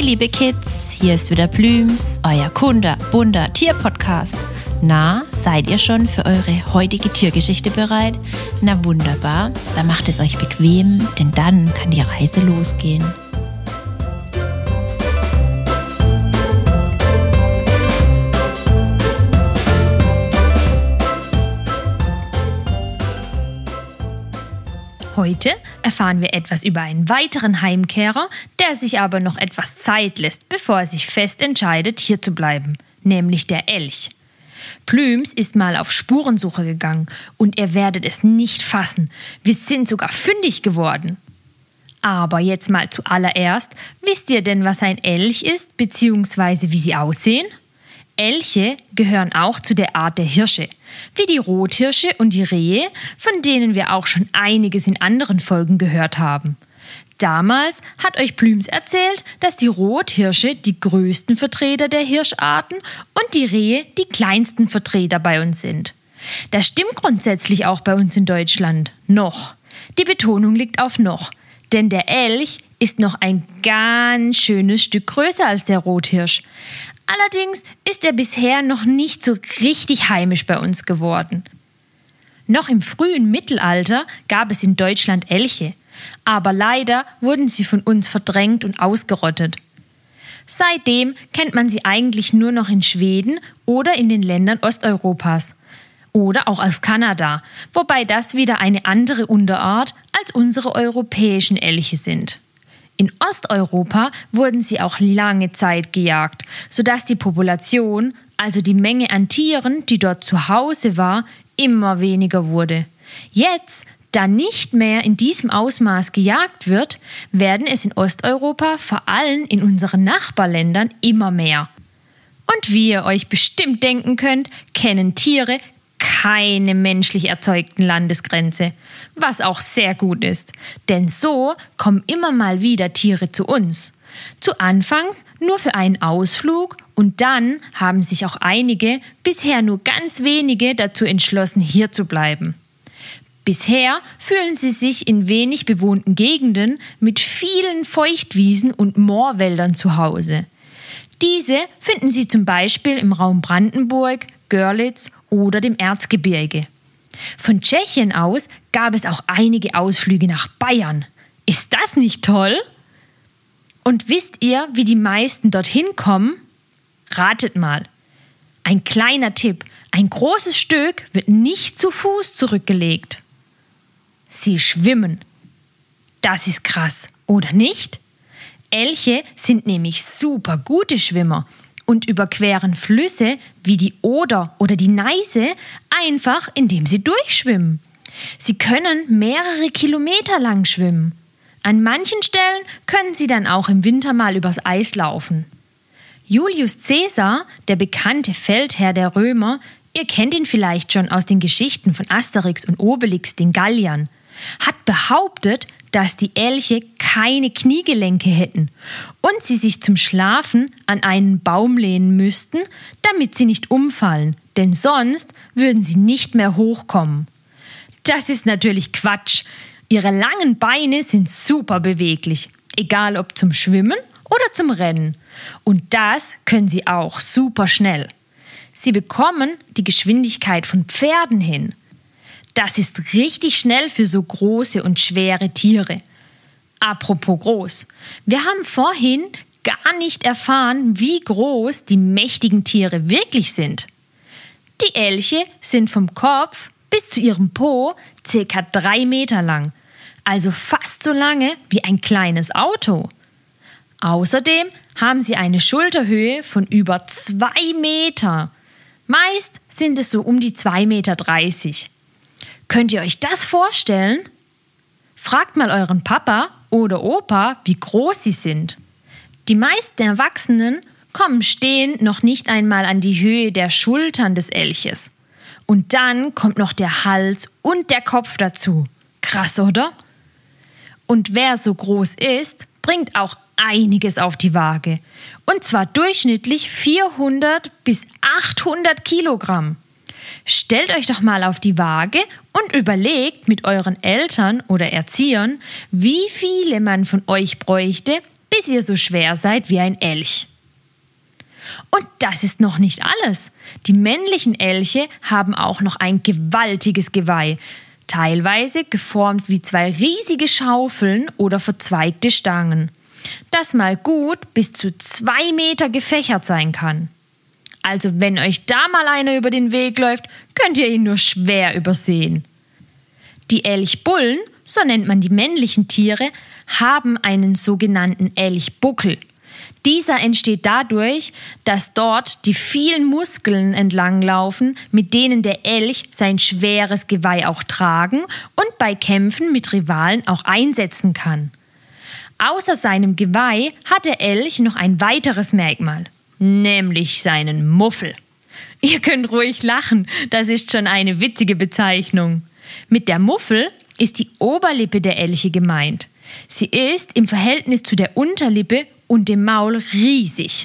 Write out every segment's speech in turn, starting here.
Hey liebe Kids, hier ist wieder Plüms, euer bunter Tierpodcast. Na, seid ihr schon für eure heutige Tiergeschichte bereit? Na wunderbar, dann macht es euch bequem, denn dann kann die Reise losgehen. Heute erfahren wir etwas über einen weiteren Heimkehrer, der sich aber noch etwas Zeit lässt, bevor er sich fest entscheidet, hier zu bleiben, nämlich der Elch. Plüms ist mal auf Spurensuche gegangen und ihr werdet es nicht fassen, wir sind sogar fündig geworden. Aber jetzt mal zuallererst, wisst ihr denn, was ein Elch ist, beziehungsweise wie sie aussehen? Elche gehören auch zu der Art der Hirsche, wie die Rothirsche und die Rehe, von denen wir auch schon einiges in anderen Folgen gehört haben. Damals hat euch Plüms erzählt, dass die Rothirsche die größten Vertreter der Hirscharten und die Rehe die kleinsten Vertreter bei uns sind. Das stimmt grundsätzlich auch bei uns in Deutschland. Noch. Die Betonung liegt auf noch. Denn der Elch ist noch ein ganz schönes Stück größer als der Rothirsch. Allerdings ist er bisher noch nicht so richtig heimisch bei uns geworden. Noch im frühen Mittelalter gab es in Deutschland Elche, aber leider wurden sie von uns verdrängt und ausgerottet. Seitdem kennt man sie eigentlich nur noch in Schweden oder in den Ländern Osteuropas oder auch aus Kanada, wobei das wieder eine andere Unterart als unsere europäischen Elche sind. In Osteuropa wurden sie auch lange Zeit gejagt, sodass die Population, also die Menge an Tieren, die dort zu Hause war, immer weniger wurde. Jetzt, da nicht mehr in diesem Ausmaß gejagt wird, werden es in Osteuropa, vor allem in unseren Nachbarländern, immer mehr. Und wie ihr euch bestimmt denken könnt, kennen Tiere keine menschlich erzeugten Landesgrenze, was auch sehr gut ist, denn so kommen immer mal wieder Tiere zu uns. Zu Anfangs nur für einen Ausflug und dann haben sich auch einige, bisher nur ganz wenige, dazu entschlossen, hier zu bleiben. Bisher fühlen sie sich in wenig bewohnten Gegenden mit vielen Feuchtwiesen und Moorwäldern zu Hause. Diese finden Sie zum Beispiel im Raum Brandenburg, Görlitz oder dem Erzgebirge. Von Tschechien aus gab es auch einige Ausflüge nach Bayern. Ist das nicht toll? Und wisst ihr, wie die meisten dorthin kommen? Ratet mal. Ein kleiner Tipp: Ein großes Stück wird nicht zu Fuß zurückgelegt. Sie schwimmen. Das ist krass, oder nicht? Elche sind nämlich super gute Schwimmer und überqueren Flüsse wie die Oder oder die Neiße einfach, indem sie durchschwimmen. Sie können mehrere Kilometer lang schwimmen. An manchen Stellen können sie dann auch im Winter mal übers Eis laufen. Julius Caesar, der bekannte Feldherr der Römer, ihr kennt ihn vielleicht schon aus den Geschichten von Asterix und Obelix, den Galliern, hat behauptet, dass die Elche keine Kniegelenke hätten und sie sich zum Schlafen an einen Baum lehnen müssten, damit sie nicht umfallen, denn sonst würden sie nicht mehr hochkommen. Das ist natürlich Quatsch. Ihre langen Beine sind super beweglich, egal ob zum Schwimmen oder zum Rennen. Und das können sie auch super schnell. Sie bekommen die Geschwindigkeit von Pferden hin. Das ist richtig schnell für so große und schwere Tiere. Apropos groß. Wir haben vorhin gar nicht erfahren, wie groß die mächtigen Tiere wirklich sind. Die Elche sind vom Kopf bis zu ihrem Po ca. 3 Meter lang, also fast so lange wie ein kleines Auto. Außerdem haben sie eine Schulterhöhe von über 2 Meter. Meist sind es so um die 2,30 Meter. Könnt ihr euch das vorstellen? Fragt mal euren Papa oder Opa, wie groß sie sind. Die meisten Erwachsenen kommen stehend noch nicht einmal an die Höhe der Schultern des Elches. Und dann kommt noch der Hals und der Kopf dazu. Krass, oder? Und wer so groß ist, bringt auch einiges auf die Waage. Und zwar durchschnittlich 400 bis 800 Kilogramm. Stellt euch doch mal auf die Waage und überlegt mit euren Eltern oder Erziehern, wie viele man von euch bräuchte, bis ihr so schwer seid wie ein Elch. Und das ist noch nicht alles. Die männlichen Elche haben auch noch ein gewaltiges Geweih, teilweise geformt wie 2 riesige Schaufeln oder verzweigte Stangen, das mal gut bis zu 2 Meter gefächert sein kann. Also wenn euch da mal einer über den Weg läuft, könnt ihr ihn nur schwer übersehen. Die Elchbullen, so nennt man die männlichen Tiere, haben einen sogenannten Elchbuckel. Dieser entsteht dadurch, dass dort die vielen Muskeln entlanglaufen, mit denen der Elch sein schweres Geweih auch tragen und bei Kämpfen mit Rivalen auch einsetzen kann. Außer seinem Geweih hat der Elch noch ein weiteres Merkmal, nämlich seinen Muffel. Ihr könnt ruhig lachen, das ist schon eine witzige Bezeichnung. Mit der Muffel ist die Oberlippe der Elche gemeint. Sie ist im Verhältnis zu der Unterlippe und dem Maul riesig.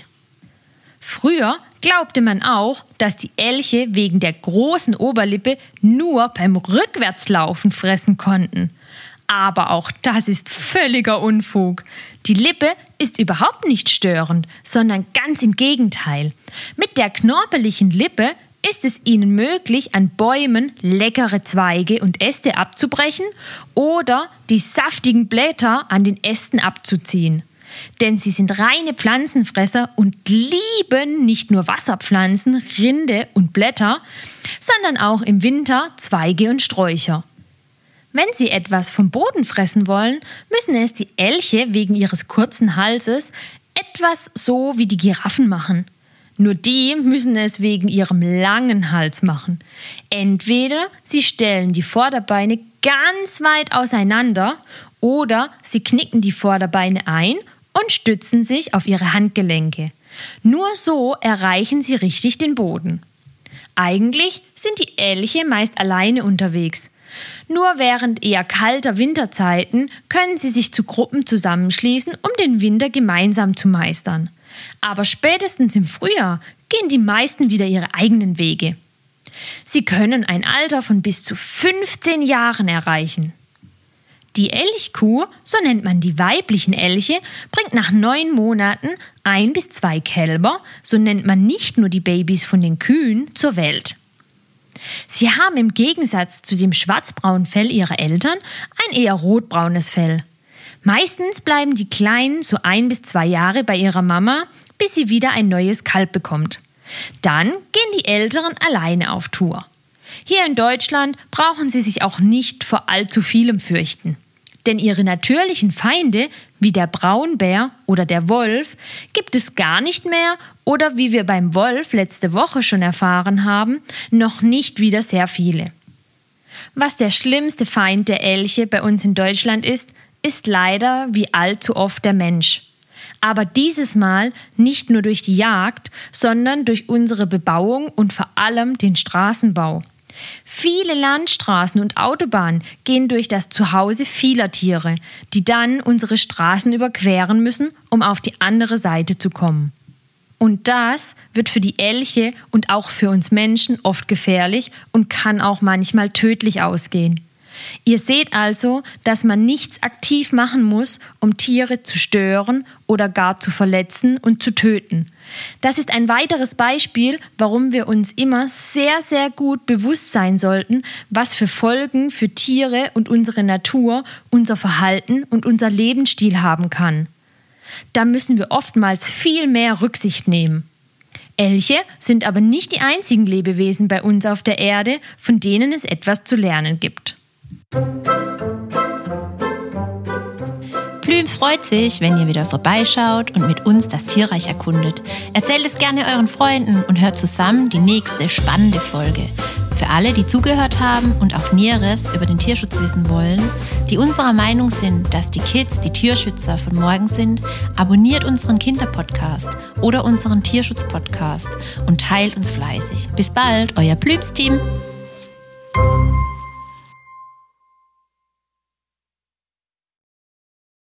Früher glaubte man auch, dass die Elche wegen der großen Oberlippe nur beim Rückwärtslaufen fressen konnten. Aber auch das ist völliger Unfug. Die Lippe ist überhaupt nicht störend, sondern ganz im Gegenteil. Mit der knorpeligen Lippe ist es ihnen möglich, an Bäumen leckere Zweige und Äste abzubrechen oder die saftigen Blätter an den Ästen abzuziehen. Denn sie sind reine Pflanzenfresser und lieben nicht nur Wasserpflanzen, Rinde und Blätter, sondern auch im Winter Zweige und Sträucher. Wenn sie etwas vom Boden fressen wollen, müssen es die Elche wegen ihres kurzen Halses etwas so wie die Giraffen machen. Nur die müssen es wegen ihrem langen Hals machen. Entweder sie stellen die Vorderbeine ganz weit auseinander oder sie knicken die Vorderbeine ein und stützen sich auf ihre Handgelenke. Nur so erreichen sie richtig den Boden. Eigentlich sind die Elche meist alleine unterwegs. Nur während eher kalter Winterzeiten können sie sich zu Gruppen zusammenschließen, um den Winter gemeinsam zu meistern. Aber spätestens im Frühjahr gehen die meisten wieder ihre eigenen Wege. Sie können ein Alter von bis zu 15 Jahren erreichen. Die Elchkuh, so nennt man die weiblichen Elche, bringt nach 9 Monaten 1 bis 2 Kälber, so nennt man nicht nur die Babys von den Kühen, zur Welt. Sie haben im Gegensatz zu dem schwarzbraunen Fell ihrer Eltern ein eher rotbraunes Fell. Meistens bleiben die Kleinen so 1 bis 2 Jahre bei ihrer Mama, bis sie wieder ein neues Kalb bekommt. Dann gehen die Älteren alleine auf Tour. Hier in Deutschland brauchen sie sich auch nicht vor allzu vielem fürchten. Denn ihre natürlichen Feinde, wie der Braunbär oder der Wolf, gibt es gar nicht mehr oder, wie wir beim Wolf letzte Woche schon erfahren haben, noch nicht wieder sehr viele. Was der schlimmste Feind der Elche bei uns in Deutschland ist leider wie allzu oft der Mensch. Aber dieses Mal nicht nur durch die Jagd, sondern durch unsere Bebauung und vor allem den Straßenbau. Viele Landstraßen und Autobahnen gehen durch das Zuhause vieler Tiere, die dann unsere Straßen überqueren müssen, um auf die andere Seite zu kommen. Und das wird für die Elche und auch für uns Menschen oft gefährlich und kann auch manchmal tödlich ausgehen. Ihr seht also, dass man nichts aktiv machen muss, um Tiere zu stören oder gar zu verletzen und zu töten. Das ist ein weiteres Beispiel, warum wir uns immer sehr, sehr gut bewusst sein sollten, was für Folgen für Tiere und unsere Natur, unser Verhalten und unser Lebensstil haben kann. Da müssen wir oftmals viel mehr Rücksicht nehmen. Elche sind aber nicht die einzigen Lebewesen bei uns auf der Erde, von denen es etwas zu lernen gibt. Plüms freut sich, wenn ihr wieder vorbeischaut und mit uns das Tierreich erkundet. Erzählt es gerne euren Freunden und hört zusammen die nächste spannende Folge. Für alle, die zugehört haben und auch Näheres über den Tierschutz wissen wollen, die unserer Meinung sind, dass die Kids die Tierschützer von morgen sind, abonniert unseren Kinderpodcast oder unseren Tierschutzpodcast und teilt uns fleißig. Bis bald, euer Plüms-Team.